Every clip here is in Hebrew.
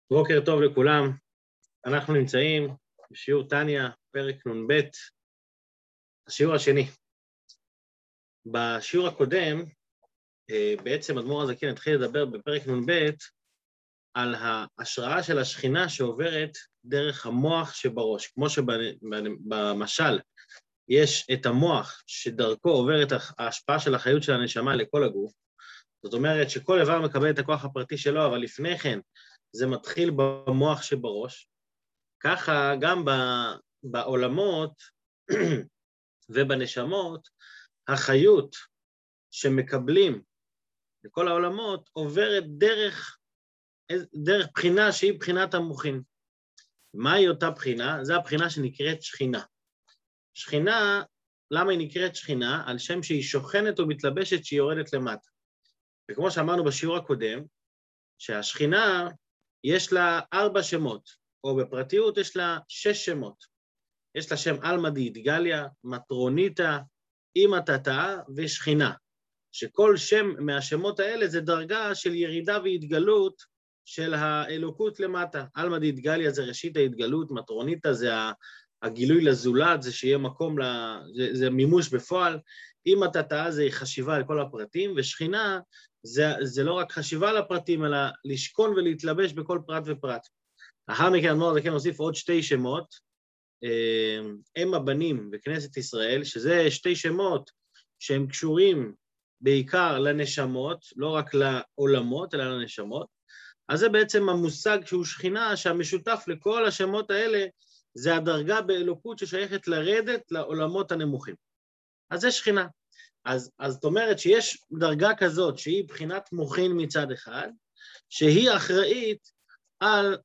בוקר טוב לכולם, אנחנו נמצאים בשיעור תניה, פרק נ"ב, השיעור השני. בשיעור הקודם, בעצם אדמו"ר הזקן התחיל לדבר בפרק נ"ב על ההשראה של השכינה שעוברת דרך המוח שבראש. כמו שבמשל יש את המוח שדרכו עוברת ההשפעה של החיות של הנשמה לכל הגוף, זאת אומרת שכל איבר מקבל את הכוח הפרטי שלו, אבל לפני כן זה מתחיל במוח שבראש. ככה גם בעולמות ובנשמות, החיות שמקבלים לכל העולמות עוברת דרך בחינה שהיא בחינת המוחין. מהי אותה בחינה? זו הבחינה שנקראת שכינה. שכינה, למה היא נקראת שכינה? על שם שהיא שוכנת ומתלבשת שהיא יורדת למטה. וכמו שאמרנו בשיעור הקודם, שהשכינה יש לה 4 שמות, או בפרטיות יש לה 6 שמות. יש לה שם אלמא דאידגליה, מטרוניתא, אמא תתאה ושכינה, שכל שם מהשמות האלה זה דרגה של ירידה והתגלות של האלוקות למטה. אלמא דאידגליה זה ראשית ההתגלות, מטרוניתא זה הגילוי לזולת, זה שיהיה מקום, זה מימוש בפועל, אמא תתאה זה חשיבה על כל הפרטים, ושכינה זה לא רק חשיבה על הפרטים, אלא לשכון ולהתלבש בכל פרט ופרט. לאחר מכן אדמו"ר הזקן הוסיף עוד 2 שמות, הם הבנים בכנסת ישראל, שזה 2 שמות שהם קשורים בעיקר לנשמות, לא רק לעולמות, אלא לנשמות. אז זה בעצם המושג שהוא שכינה, שהמשותף לכל השמות האלה, זה הדרגה באלוקות ששייכת לרדת לעולמות הנמוכים. אז זה שכינה. אז זאת אומרת שיש דרגה כזאת, שהיא בחינת מוחין מצד אחד, שהיא אחראית על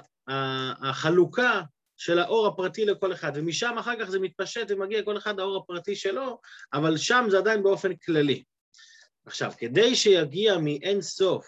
החלוקה של האור הפרטי לכל אחד, ומשם אחר כך זה מתפשט ומגיע כל אחד האור הפרטי שלו, אבל שם זה עדיין באופן כללי. עכשיו, כדי שיגיע מאין סוף,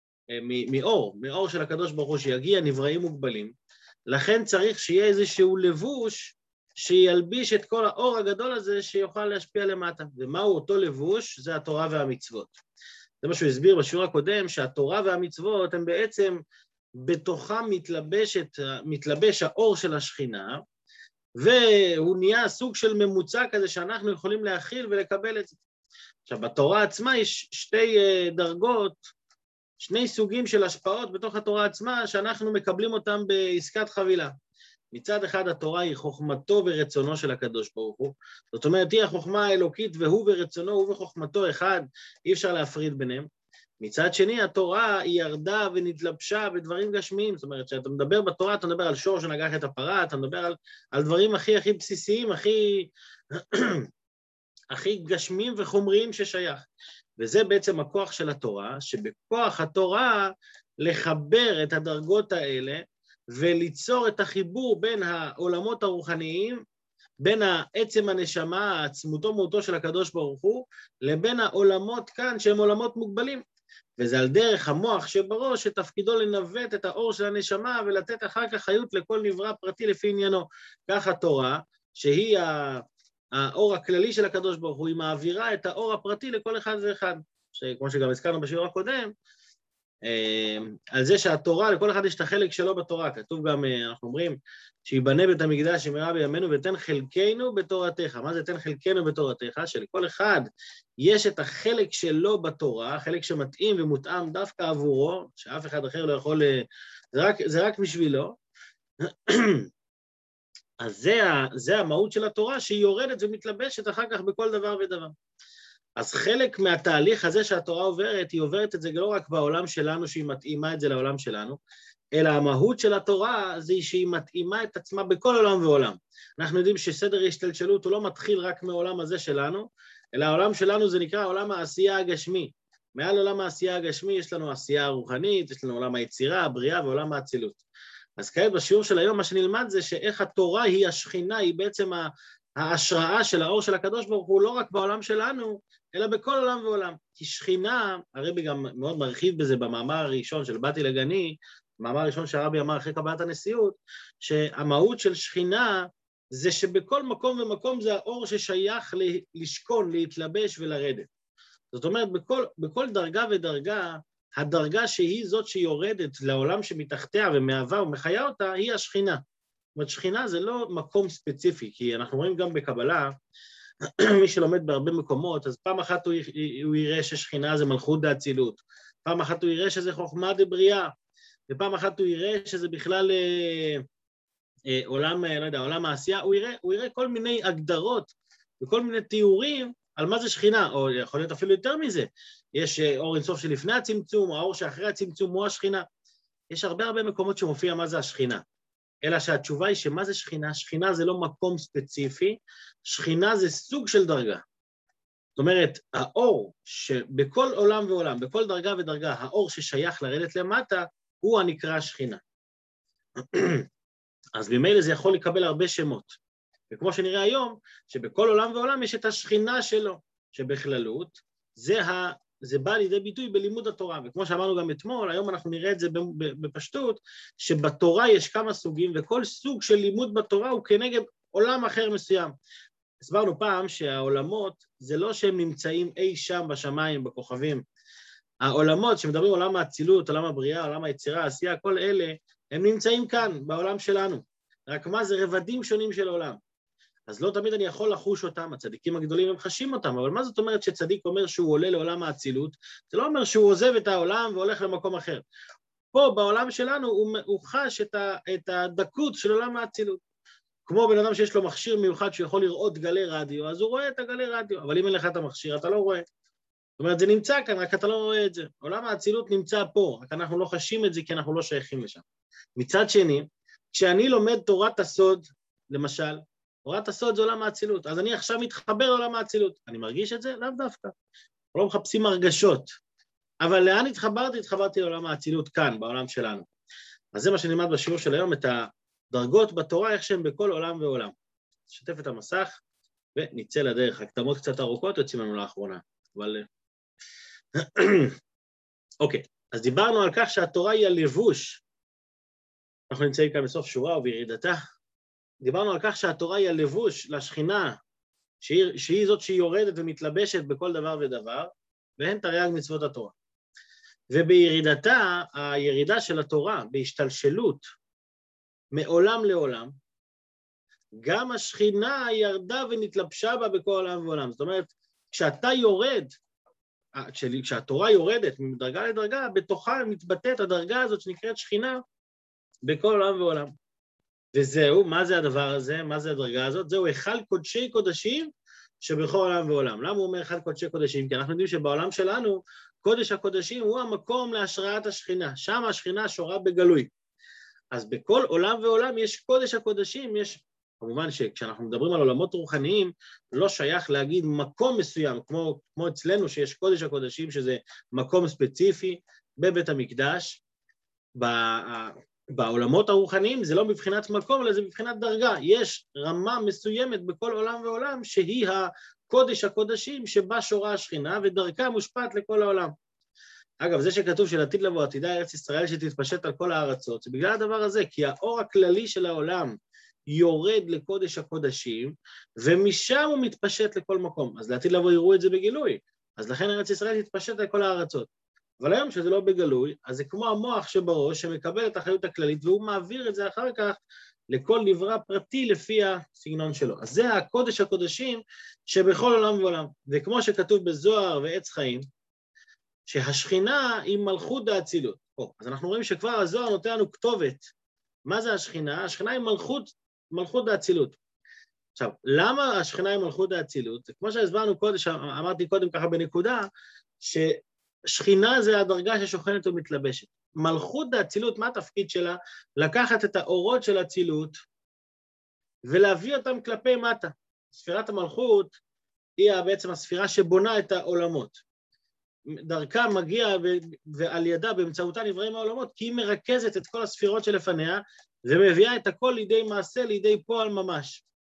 מאור של הקדוש ברוך הוא, שיגיע נבראים מוגבלים, לכן צריך שיהיה איזשהו לבוש שילביש את כל האור הגדול הזה שיוכל להשפיע למטה. ומהו אותו לבוש? זה התורה והמצוות. זה מה שהוא הסביר בשיעור הקודם, שהתורה והמצוות הם בעצם בתוכם מתלבש האור של השכינה, והוא נהיה סוג של ממוצע כזה שאנחנו יכולים להכיל ולקבל את זה. עכשיו, בתורה עצמה יש 2 דרגות, 2 סוגים של השפעות בתוך התורה עצמה, שאנחנו מקבלים אותם בעסקת חבילה. מצד אחד התורה היא חוכמתו ורצונו של הקדוש ברוך הוא, זאת אומרת היא החוכמה האלוקית והוא ורצונו, הוא וחוכמתו אחד, אי אפשר להפריד ביניהם. מצד שני התורה היא ירדה ונתלבשה בדברים גשמיים, זאת אומרת שאתה מדבר בתורה, אתה מדבר על שור שנגח את הפרה, אתה מדבר על דברים הכי בסיסיים, הכי גשמיים וחומריים ששייך. וזה בעצם הכוח של התורה, שבכוח התורה לחבר את הדרגות האלה, וליצור את החיבור בין העולמות הרוחניים, בין העצם הנשמה, עצמותו מהותו של הקדוש ברוך הוא, לבין העולמות כאן שהם עולמות מוגבלים. וזה על דרך המוח שבראש שתפקידו לנווט את האור של הנשמה, ולתת אחר כך חיות לכל נברא פרטי לפי עניינו. כך התורה, שהיא האור הכללי של הקדוש ברוך הוא, היא מעבירה את האור הפרטי לכל אחד ואחד. כמו שגם הזכרנו בשיעור הקודם, על זה שהתורה, לכל אחד יש את החלק שלו בתורה, כתוב גם, אנחנו אומרים, שיבנה בית המקדש במהרה בימינו ותן חלקנו בתורתך. מה זה תן חלקנו בתורתך? שלכל אחד יש את החלק שלו בתורה, חלק שמתאים ומותאם דווקא עבורו, שאף אחד אחר לא יכול, זה רק בשבילו. אז זה המהות של התורה, שהיא יורדת ומתלבשת אחר כך בכל דבר ודבר. אז חלק מהתהליך הזה שהתורה עוברת, היא עוברת את זה לא רק בעולם שלנו, שהיא מתאימה את זה לעולם שלנו, אלא המהות של התורה זה שהיא מתאימה את עצמה בכל עולם ועולם. אנחנו יודעים שסדר השתלשלות הוא לא מתחיל רק מהעולם הזה שלנו, אלא העולם שלנו זה נקרא עולם העשייה הגשמי. מעל עולם העשייה הגשמי יש לנו עשייה הרוחנית, יש לנו עולם היצירה, הבריאה ועולם האצילות. אז כעת בשיעור של היום מה שנלמד זה שאיך התורה היא השכינה, היא בעצם ההשראה של האור של הקדוש ברוך הוא לא רק בעולם שלנו, אלא בכל עולם ועולם. כי שכינה, הרבי גם מאוד מרחיב בזה במאמר הראשון של באתי לגני, במאמר הראשון שהרבי אמר אחרי קבלת הנשיאות, שהמהות של שכינה זה שבכל מקום ומקום זה האור ששייך לשכון, להתלבש ולרדת. זאת אומרת, בכל דרגה ודרגה, הדרגה שהיא זאת שיורדת לעולם שמתחתיה ומהווה ומחיה אותה, היא השכינה. זאת אומרת, שכינה זה לא מקום ספציפי, כי אנחנו רואים גם בקבלה, מי שלומד בהרבה מקומות, אז פעם אחת הוא יראה ששכינה זה מלכות דאצילות, פעם אחת הוא יראה שזה חוכמה דבריאה, ופעם אחת הוא יראה שזה בכלל עולם, לא יודע, עולם העשייה, הוא יראה כל מיני הגדרות וכל מיני תיאורים על מה זה שכינה, או יכול להיות אפילו יותר מזה. יש אור אינסוף שלפני הצמצום, או האור שאחרי הצמצום הוא השכינה. יש הרבה מקומות שמופיע מה זה השכינה. אלא שהתשובה היא שמה זה שכינה? שכינה זה לא מקום ספציפי, שכינה זה סוג של דרגה. זאת אומרת, האור שבכל עולם ועולם, בכל דרגה ודרגה, האור ששייך לרדת למטה, הוא הנקרא שכינה. אז ממילא זה יכול לקבל הרבה שמות. וכמו שנראה היום, שבכל עולם ועולם יש את השכינה שלו, שבכללות, זה בא לידי ביטוי בלימוד התורה. וכמו שאמרנו גם אתמול, היום אנחנו נראה את זה בפשטות, שבתורה יש כמה סוגים, וכל סוג של לימוד בתורה הוא כנגד עולם אחר מסוים. הסברנו פעם שהעולמות, זה לא שהם נמצאים אי שם בשמיים, בכוכבים. העולמות שמדברים על עולם האצילות, עולם הבריאה, עולם היצירה, העשייה, כל אלה, הם נמצאים כאן, בעולם שלנו. רק מה זה רבדים שונים של העולם. אז לא תמיד אני יכול לחוש אותם, הצדיקים הגדולים הם חשים אותם, אבל מה זאת אומרת שצדיק אומר שהוא עולה לעולם האצילות? זה לא אומר שהוא עוזב את העולם והולך למקום אחר. פה בעולם שלנו הוא חש את הדקות של עולם האצילות. כמו בן אדם שיש לו מכשיר מיוחד שיכול לראות גלי רדיו, אז הוא רואה את הגלי רדיו, אבל אם אין לך את המכשיר אתה לא רואה. זאת אומרת, זה נמצא כאן, רק אתה לא רואה את זה. עולם האצילות נמצא פה, רק אנחנו לא חשים את זה כי אנחנו לא שייכים לשם. מצד שני, כשאני לומד תורת הסוד, למשל, תורת הסוד זה עולם האצילות, אז אני עכשיו מתחבר לעולם האצילות. אני מרגיש את זה? לאו דווקא. לא מחפשים הרגשות. אבל לאן התחברתי? התחברתי לעולם האצילות כאן, בעולם שלנו. אז זה מה שנלמד בשיעור של היום, את הדרגות בתורה, איך שהן בכל עולם ועולם. נשתף את המסך ונצא לדרך. הקדמות קצת ארוכות יוצאים לנו לאחרונה. אבל... אוקיי, אז דיברנו על כך שהתורה היא הלבוש. אנחנו נמצאים כאן בסוף שורה ובירידתה. דיברנו על כך שהתורה היא הלבוש לשכינה, שהיא זאת שהיא יורדת ומתלבשת בכל דבר ודבר, והן תרי"ג מצוות התורה. ובירידתה, הירידה של התורה, בהשתלשלות, מעולם לעולם, גם השכינה ירדה ונתלבשה בה בכל עולם ועולם. זאת אומרת, כשאתה יורד, כשהתורה יורדת מדרגה לדרגה, בתוכה מתבטאת הדרגה הזאת שנקראת שכינה בכל עולם ועולם. וזהו, מה זה הדבר הזה? מה זה הדרגה הזאת? זהו היכל קודשי קודשים שבכל עולם ועולם. למה הוא אומר היכל קודשי קודשים? כי אנחנו יודעים שבעולם שלנו, קודש הקודשים הוא המקום להשראת השכינה. שם השכינה שורה בגלוי. אז בכל עולם ועולם יש קודש הקודשים, יש, כמובן שכשאנחנו מדברים על עולמות רוחניים, לא שייך להגיד מקום מסוים, כמו אצלנו שיש קודש הקודשים, שזה מקום ספציפי בבית המקדש, בעולמות הרוחניים זה לא מבחינת מקום, אלא זה מבחינת דרגה. יש רמה מסוימת בכל עולם ועולם, שהיא הקודש הקודשים שבה שורה השכינה, ודרכה מושפעת לכל העולם. אגב, זה שכתוב שלעתיד לבוא עתידה ארץ ישראל שתתפשט על כל הארצות, זה בגלל הדבר הזה, כי האור הכללי של העולם יורד לקודש הקודשים, ומשם הוא מתפשט לכל מקום. אז לעתיד לבוא יראו את זה בגילוי, אז לכן ארץ ישראל תתפשט על כל הארצות. אבל היום שזה לא בגלוי, אז זה כמו המוח שבראש שמקבל את האחריות הכללית, והוא מעביר את זה אחר כך לכל נברא פרטי לפי הסגנון שלו. אז זה הקודש הקודשים שבכל עולם ועולם. וכמו שכתוב בזוהר ועץ חיים, שהשכינה היא מלכות דאצילות. אז אנחנו רואים שכבר הזוהר נותן לנו כתובת. מה זה השכינה? השכינה היא מלכות דאצילות. עכשיו, למה השכינה היא מלכות דאצילות? כמו שהסברנו קודם, אמרתי קודם ככה בנקודה, ששכינה זה הדרגה ששוכנת ומתלבשת. מלכות דאצילות, מה התפקיד שלה? לקחת את האורות של האצילות ולהביא אותם כלפי מטה. ספירת המלכות היא בעצם הספירה שבונה את העולמות. דרכה מגיע ועל ידה באמצעותה נבראים העולמות, כי היא מרכזת את כל הספירות שלפניה, ומביאה את הכל לידי מעשה, לידי פועל ממש.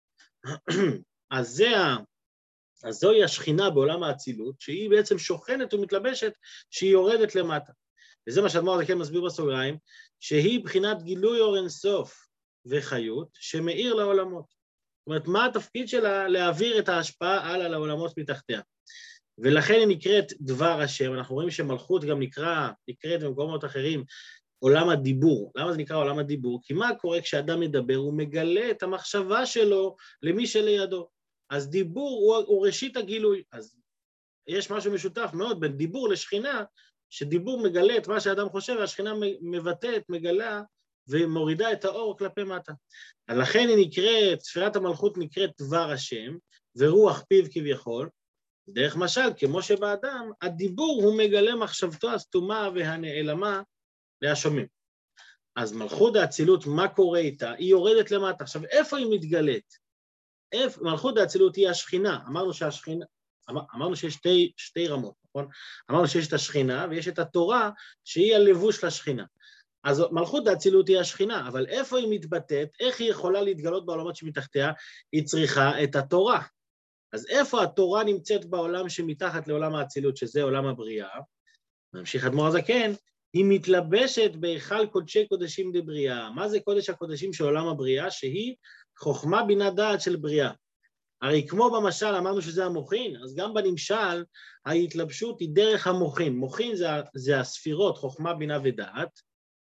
אז זוהי השכינה בעולם האצילות, שהיא בעצם שוכנת ומתלבשת, שהיא יורדת למטה. וזה מה שאדמו"ר הזקן מסביר בסוגריים, שהיא בחינת גילוי אור אינסוף וחיות, שמאיר לעולמות. זאת אומרת, מה התפקיד שלה? להעביר את ההשפעה על העולמות מתחתיה. ולכן היא נקראת דבר השם. אנחנו רואים שמלכות גם נקראת במקומות אחרים עולם הדיבור. למה זה נקרא עולם הדיבור? כי מה קורה כשאדם מדבר? הוא מגלה את המחשבה שלו למי שלידו. אז דיבור הוא ראשית הגילוי. אז יש משהו משותף מאוד בין דיבור לשכינה, שדיבור מגלה את מה שאדם חושב, והשכינה מבטאת, מגלה ומורידה את האור כלפי מטה. אז לכן היא נקראת, ספירת המלכות נקראת דבר השם, ורוח פיו כביכול, דרך משל, כמו שבאדם, הדיבור הוא מגלה מחשבתו הסתומה והנעלמה והשומעים. אז מלכות האצילות, מה קורה איתה? היא יורדת למטה. עכשיו, איפה היא מתגלית? מלכות האצילות היא השכינה. אמרנו שיש שתי רמות, נכון? אמרנו שיש את השכינה ויש את התורה שהיא הלבוש לשכינה. אז מלכות האצילות היא השכינה, אבל איפה היא מתבטאת? איך היא יכולה להתגלות בעולמות שמתחתיה? היא צריכה את התורה. אז איפה התורה נמצאת בעולם שמתחת לעולם האצילות, שזה עולם הבריאה? ממשיך אדמו"ר הזקן, היא מתלבשת בהיכל קודשי קודשים דבריאה. מה זה קודש הקודשים של עולם הבריאה? שהיא חוכמה בינה דעת של בריאה. הרי כמו במשל אמרנו שזה המוחין, אז גם בנמשל ההתלבשות היא דרך המוחין. מוחין זה הספירות חוכמה בינה ודעת,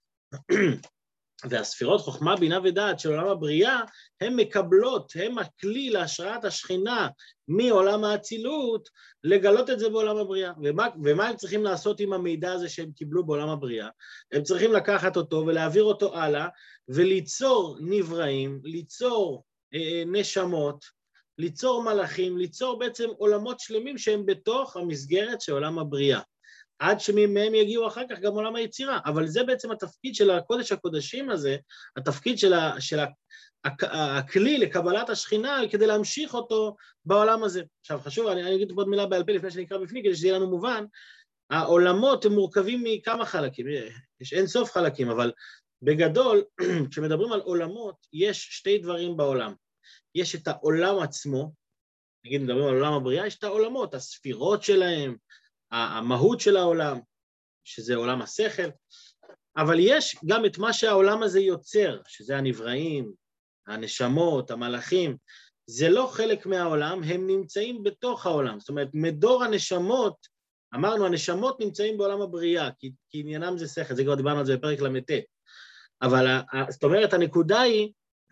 והספירות חוכמה בינה ודעת של עולם הבריאה, הן מקבלות, הן הכלי להשראת השכינה מעולם האצילות, לגלות את זה בעולם הבריאה. ומה הם צריכים לעשות עם המידע הזה שהם קיבלו בעולם הבריאה? הם צריכים לקחת אותו ולהעביר אותו הלאה, וליצור נבראים, ליצור נשמות, ליצור מלאכים, ליצור בעצם עולמות שלמים שהם בתוך המסגרת של עולם הבריאה. עד שמהם יגיעו אחר כך גם עולם היצירה, אבל זה בעצם התפקיד של הקודש הקודשים הזה, התפקיד של הכלי לקבלת השכינה, כדי להמשיך אותו בעולם הזה. עכשיו חשוב, אני אגיד עוד מילה בעל פה לפני שנקרא בפנים, כדי שזה יהיה לנו מובן, העולמות הם מורכבים מכמה חלקים, יש אין סוף חלקים, אבל בגדול, כשמדברים על עולמות, יש שתי דברים בעולם. יש את העולם עצמו, נגיד מדברים על עולם הבריאה, יש את העולמות, הספירות שלהם, המהות של העולם, שזה עולם השכל, אבל יש גם את מה שהעולם הזה יוצר, שזה הנבראים, הנשמות, המלאכים, זה לא חלק מהעולם, הם נמצאים בתוך העולם, זאת אומרת, מדור הנשמות, אמרנו, הנשמות נמצאים בעולם הבריאה, כי עניינם זה שכל, זה כבר דיברנו על זה בפרק למ"ט, אבל זאת אומרת, הנקודה היא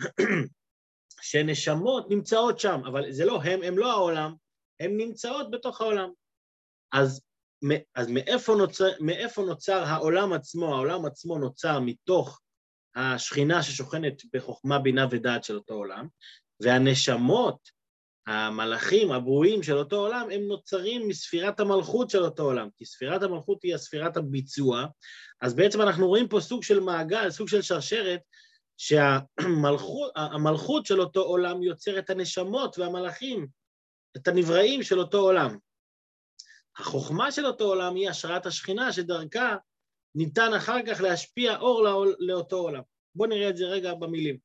שנשמות נמצאות שם, אבל זה לא הם לא העולם, הם נמצאות בתוך העולם. אז מאיפה נוצר העולם עצמו? העולם עצמו נוצר מתוך השכינה ששוכנת בחוכמה, בינה ודעת של אותו עולם, והנשמות, המלאכים, הברואים של אותו עולם, הם נוצרים מספירת המלכות של אותו עולם, כי ספירת המלכות היא הספירת הביצוע, אז בעצם אנחנו רואים פה סוג של מעגל, סוג של שרשרת, שהמלכות של אותו עולם יוצר את הנשמות והמלאכים, את הנבראים של אותו עולם. החוכמה של אותו עולם היא השראת השכינה, שדרכה ניתן אחר כך להשפיע אור לאותו עולם. בואו נראה את זה רגע במילים.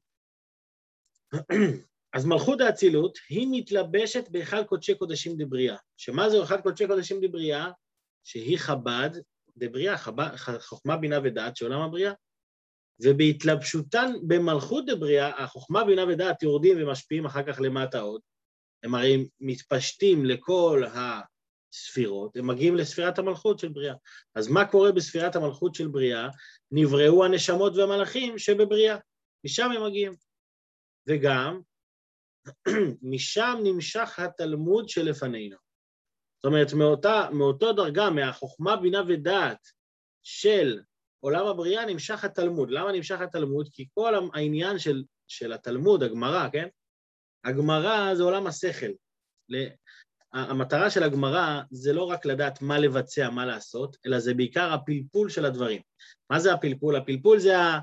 אז מלכות האצילות היא מתלבשת בהיכל קודשי קודשים דבריאה. שמה זה היכל קודשי קודשים דבריאה? שהיא חב"ד דבריאה, חוכמה בינה ודעת של עולם הבריאה. ובהתלבשותן במלכות דבריאה, החוכמה בינה ודעת יורדים ומשפיעים אחר כך למטה עוד. הם הרי מתפשטים לכל הספירות, הם מגיעים לספירת המלכות של בריאה. אז מה קורה בספירת המלכות של בריאה? נבראו הנשמות והמלאכים שבבריאה, משם הם מגיעים. וגם, משם נמשך התלמוד שלפנינו. זאת אומרת, מאותו דרגה, מהחוכמה בינה ודעת של עולם הבריאה נמשך התלמוד. למה נמשך התלמוד? כי כל העניין של התלמוד, הגמרא, כן? הגמרא זה עולם השכל. המטרה של הגמרא זה לא רק לדעת מה לבצע, מה לעשות, אלא זה בעיקר הפלפול של הדברים. מה זה הפלפול? הפלפול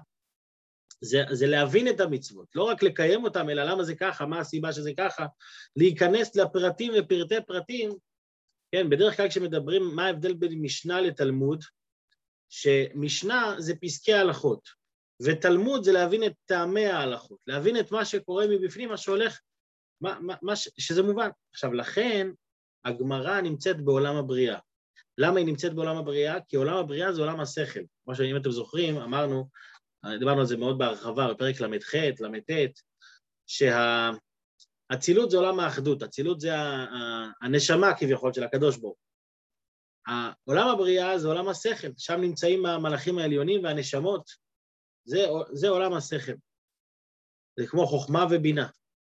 זה להבין את המצוות, לא רק לקיים אותם, אלא למה זה ככה, מה הסיבה שזה ככה, להיכנס לפרטים ופרטי פרטים. כן, בדרך כלל כשמדברים מה ההבדל בין משנה לתלמוד, שמשנה זה פסקי ההלכות, ותלמוד זה להבין את טעמי ההלכות, להבין את מה שקורה מבפנים, מה שהולך, שזה מובן. עכשיו, לכן הגמרא נמצאת בעולם הבריאה. למה היא נמצאת בעולם הבריאה? כי עולם הבריאה זה עולם השכל. כמו שאם אתם זוכרים, דיברנו על זה מאוד בהרחבה, בפרק למ"ח, למ"ט, אצילות זה עולם האחדות, אצילות זה הנשמה כביכול של הקדוש ברוך הוא. עולם הבריאה זה עולם השכל, שם נמצאים המלאכים העליונים והנשמות, זה עולם השכל. זה כמו חוכמה ובינה.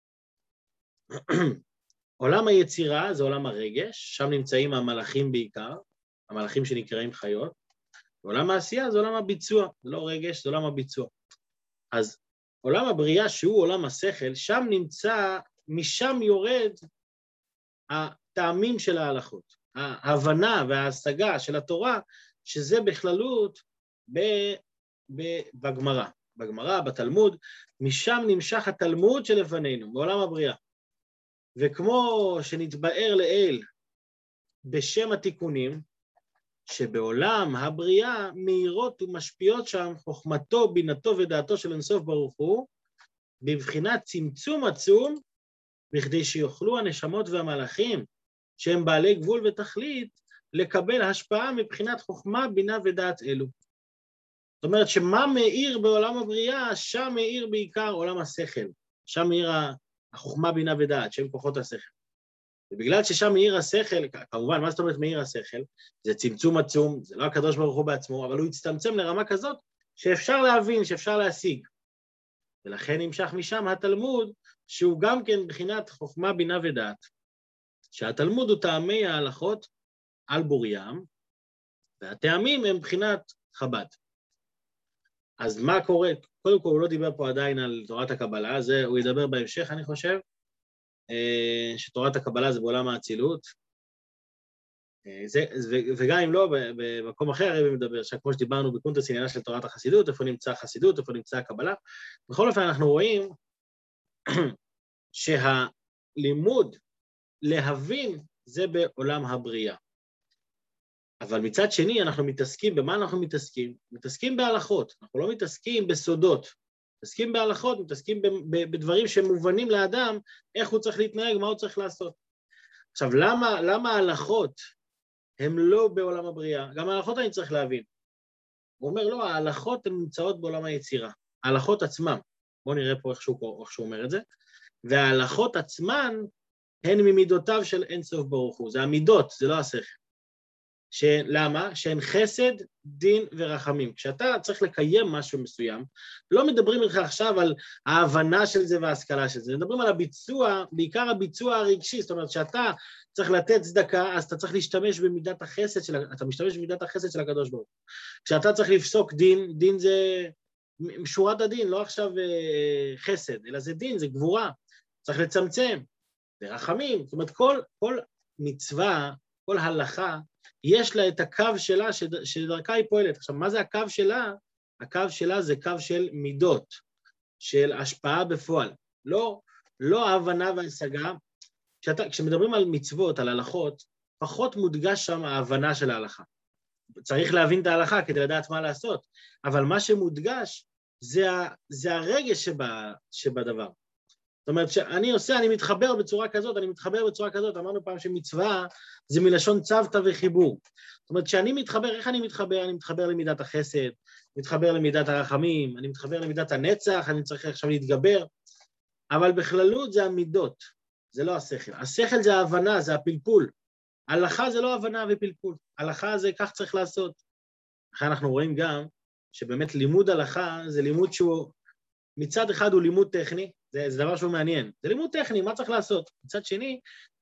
עולם היצירה זה עולם הרגש, שם נמצאים המלאכים בעיקר, המלאכים שנקראים חיות, ועולם העשייה זה עולם הביצוע, זה לא רגש, זה עולם הביצוע. אז עולם הבריאה שהוא עולם השכל, שם נמצא, משם יורד הטעמים של ההלכות, ההבנה וההשגה של התורה, שזה בכללות בגמרא, בתלמוד, משם נמשך התלמוד שלפנינו, בעולם הבריאה. וכמו שנתבאר לאל בשם התיקונים, שבעולם הבריאה מאירות ומשפיעות שם חוכמתו, בינתו ודעתו של אינסוף ברוך הוא, בבחינת צמצום עצום, בכדי שיוכלו הנשמות והמלאכים, שהם בעלי גבול ותכלית, לקבל השפעה מבחינת חוכמה, בינה ודעת אלו. זאת אומרת שמה מאיר בעולם הבריאה, שם מאיר בעיקר עולם השכל, שם מאיר החוכמה, בינה ודעת, שהם כוחות השכל. ובגלל ששם מאיר השכל, כמובן, מה זאת אומרת מאיר השכל? זה צמצום עצום, זה לא הקדוש ברוך הוא בעצמו, אבל הוא הצטמצם לרמה כזאת שאפשר להבין, שאפשר להשיג. ולכן נמשך משם התלמוד, שהוא גם כן בחינת חוכמה, בינה ודעת. שהתלמוד הוא טעמי ההלכות על בוריים, והטעמים הם בחינת חב"ד. אז מה קורה? קודם כל הוא לא דיבר פה עדיין על תורת הקבלה, הוא ידבר בהמשך, אני חושב, שתורת הקבלה זה בעולם האצילות, וגם אם לא, במקום אחר הרבי מדבר, שכמו שדיברנו בקונטרס עניינה של תורת החסידות, איפה נמצא החסידות, איפה נמצא הקבלה, בכל אופן אנחנו רואים שהלימוד להבין זה בעולם הבריאה. אבל מצד שני אנחנו מתעסקים, במה אנחנו מתעסקים? מתעסקים בהלכות, אנחנו לא מתעסקים בסודות, מתעסקים בהלכות, מתעסקים בדברים שמובנים לאדם, איך הוא צריך להתנהג, מה הוא צריך לעשות. עכשיו, למה ההלכות הן לא בעולם הבריאה? גם ההלכות אני צריך להבין. הוא אומר, לא, ההלכות הן נמצאות בעולם היצירה, ההלכות עצמם, בואו נראה פה איך שהוא אומר את זה, וההלכות עצמן הן ממידותיו של אין סוף ברוך הוא, זה המידות, זה לא השכל. למה? שהן חסד, דין ורחמים. כשאתה צריך לקיים משהו מסוים, לא מדברים איתך עכשיו על ההבנה של זה וההשכלה של זה, מדברים על הביצוע, בעיקר הביצוע הרגשי, זאת אומרת שאתה צריך לתת צדקה, אז אתה צריך להשתמש במידת החסד אתה משתמש במידת החסד של הקדוש ברוך הוא. כשאתה צריך לפסוק דין, דין זה שורת הדין, לא עכשיו חסד, אלא זה דין, זה גבורה, צריך לצמצם, זה רחמים, זאת אומרת כל מצווה, כל הלכה, יש לה את הקו שלה שדרכה היא פועלת. עכשיו, מה זה הקו שלה? הקו שלה זה קו של מידות, של השפעה בפועל. לא ההבנה וההשגה. כשמדברים על מצוות, על הלכות, פחות מודגש שם ההבנה של ההלכה. צריך להבין את ההלכה כדי לדעת מה לעשות, אבל מה שמודגש זה הרגש שבדבר. זאת אומרת, שאני מתחבר בצורה כזאת, אמרנו פעם שמצווה זה מלשון צוותא וחיבור. זאת אומרת, כשאני מתחבר, איך אני מתחבר? אני מתחבר למידת החסד, מתחבר למידת הרחמים, אני מתחבר למידת הנצח, אני צריך עכשיו להתגבר, אבל בכללות זה המידות, זה לא השכל. השכל זה ההבנה, זה הפלפול. הלכה זה לא הבנה ופלפול, הלכה זה כך צריך לעשות. לכן אנחנו רואים גם שבאמת לימוד הלכה זה לימוד שהוא, מצד אחד הוא לימוד טכני, זה דבר שהוא מעניין. זה לימוד טכני, מה צריך לעשות? מצד שני,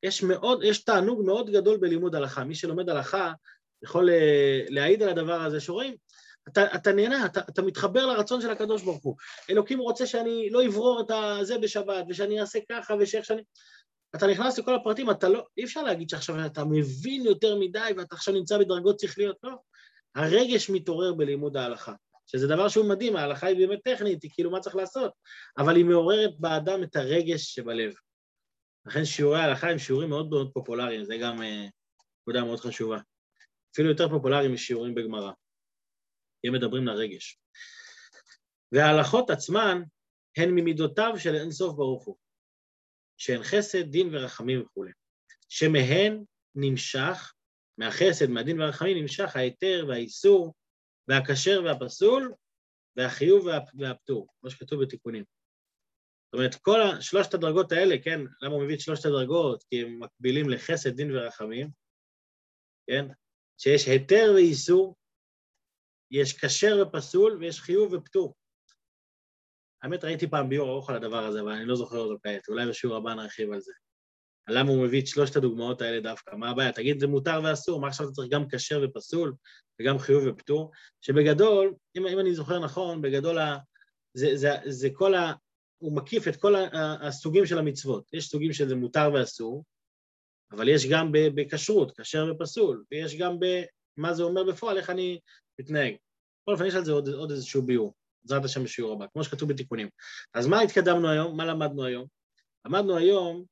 יש תענוג מאוד גדול בלימוד הלכה. מי שלומד הלכה יכול להעיד על הדבר הזה, שרואים, אתה נהנה, אתה מתחבר לרצון של הקדוש ברוך הוא. אלוקים רוצה שאני לא אברור את זה בשבת, ושאני אעשה ככה, ושאיך שאני... אתה נכנס לכל הפרטים, אי אפשר להגיד שעכשיו אתה מבין יותר מדי, ואתה עכשיו נמצא בדרגות שכליות, לא. הרגש מתעורר בלימוד ההלכה. שזה דבר שהוא מדהים, ההלכה היא באמת טכנית, היא כאילו מה צריך לעשות, אבל היא מעוררת באדם את הרגש שבלב. לכן שיעורי ההלכה הם שיעורים מאוד מאוד פופולריים, זה גם נקודה מאוד חשובה. אפילו יותר פופולריים משיעורים בגמרא. הם מדברים לרגש. וההלכות עצמן הן ממידותיו של אין סוף ברוך הוא, שהן חסד, דין ורחמים וכו'. שמהן נמשך, מהחסד, מהדין והרחמים נמשך ההיתר והאיסור, והכשר והפסול, והחיוב והפטור, כמו שכתוב בתיקונים. זאת אומרת, שלושת הדרגות האלה, כן, למה הוא מביא את שלושת הדרגות? כי הם מקבילים לחסד, דין ורחמים, כן? שיש היתר ואיסור, יש כשר ופסול, ויש חיוב ופטור. האמת, ראיתי פעם ביור ארוך על הדבר הזה, אבל אני לא זוכר אותו כעת, אולי בשיעור הבא נרחיב על זה. למה הוא מביא את שלושת הדוגמאות האלה דווקא? מה הבעיה? תגיד, זה מותר ואסור, מה עכשיו אתה צריך גם כשר ופסול, וגם חיוב ופטור? שבגדול, אם אני זוכר נכון, בגדול זה כל הוא מקיף את כל הסוגים של המצוות. יש סוגים שזה מותר ואסור, אבל יש גם בכשרות, כשר ופסול, ויש גם במה זה אומר בפועל, איך אני מתנהג. בכל אופן, יש על זה עוד איזשהו ביור, בעזרת השם בשיעור הבא, כמו שכתוב בתיקונים. אז מה התקדמנו היום? מה למדנו היום? למדנו היום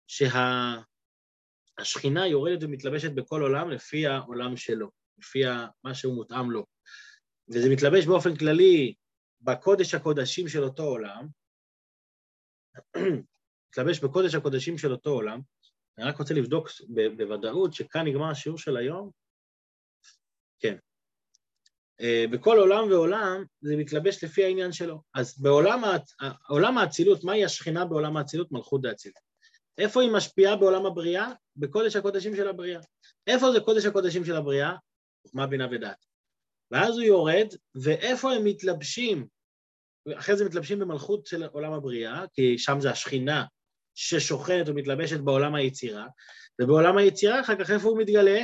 שהשכינה יורדת ומתלבשת בכל עולם לפי העולם שלו, לפי מה שהוא מותאם לו. וזה מתלבש באופן כללי בקודש הקודשים של אותו עולם, מתלבש בקודש הקודשים של אותו עולם. אני רק רוצה לבדוק בוודאות שכאן נגמר השיעור של היום. כן. בכל עולם ועולם זה מתלבש לפי העניין שלו. אז בעולם האצילות, מהי השכינה בעולם האצילות? מלכות דאצילות. איפה היא משפיעה בעולם הבריאה? בקודש הקודשים של הבריאה. איפה זה קודש הקודשים של הבריאה? חוכמה, בינה ודעת. ואז הוא יורד, ואיפה הם מתלבשים? אחרי זה מתלבשים במלכות של עולם הבריאה, כי שם זה השכינה ששוכנת ומתלבשת בעולם היצירה, ובעולם היצירה אחר כך איפה הוא מתגלה?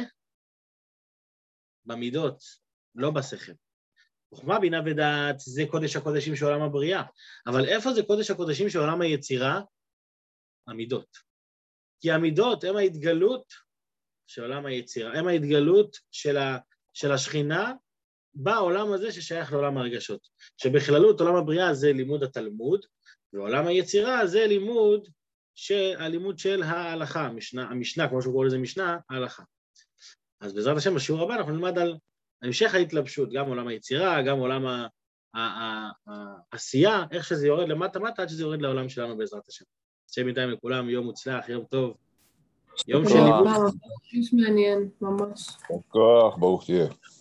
במידות, לא בשכל. חוכמה, בינה ודעת זה קודש הקודשים של עולם הבריאה, אבל איפה זה קודש הקודשים של עולם היצירה? המידות. כי המידות הם ההתגלות של עולם היצירה, הם ההתגלות של השכינה בעולם הזה ששייך לעולם הרגשות. שבכללות עולם הבריאה זה לימוד התלמוד, ועולם היצירה זה הלימוד של ההלכה, המשנה, כמו שהוא קורא לזה משנה, ההלכה. אז בעזרת השם בשיעור הבא אנחנו נלמד על המשך ההתלבשות, גם עולם היצירה, גם עולם העשייה, איך שזה יורד למטה-מטה, עד שזה יורד לעולם שלנו בעזרת השם. שיהיה בינתיים לכולם, יום מוצלח, יום טוב, יום של לימוד. ממש מעניין, ממש. כוח, ברוך תהיה.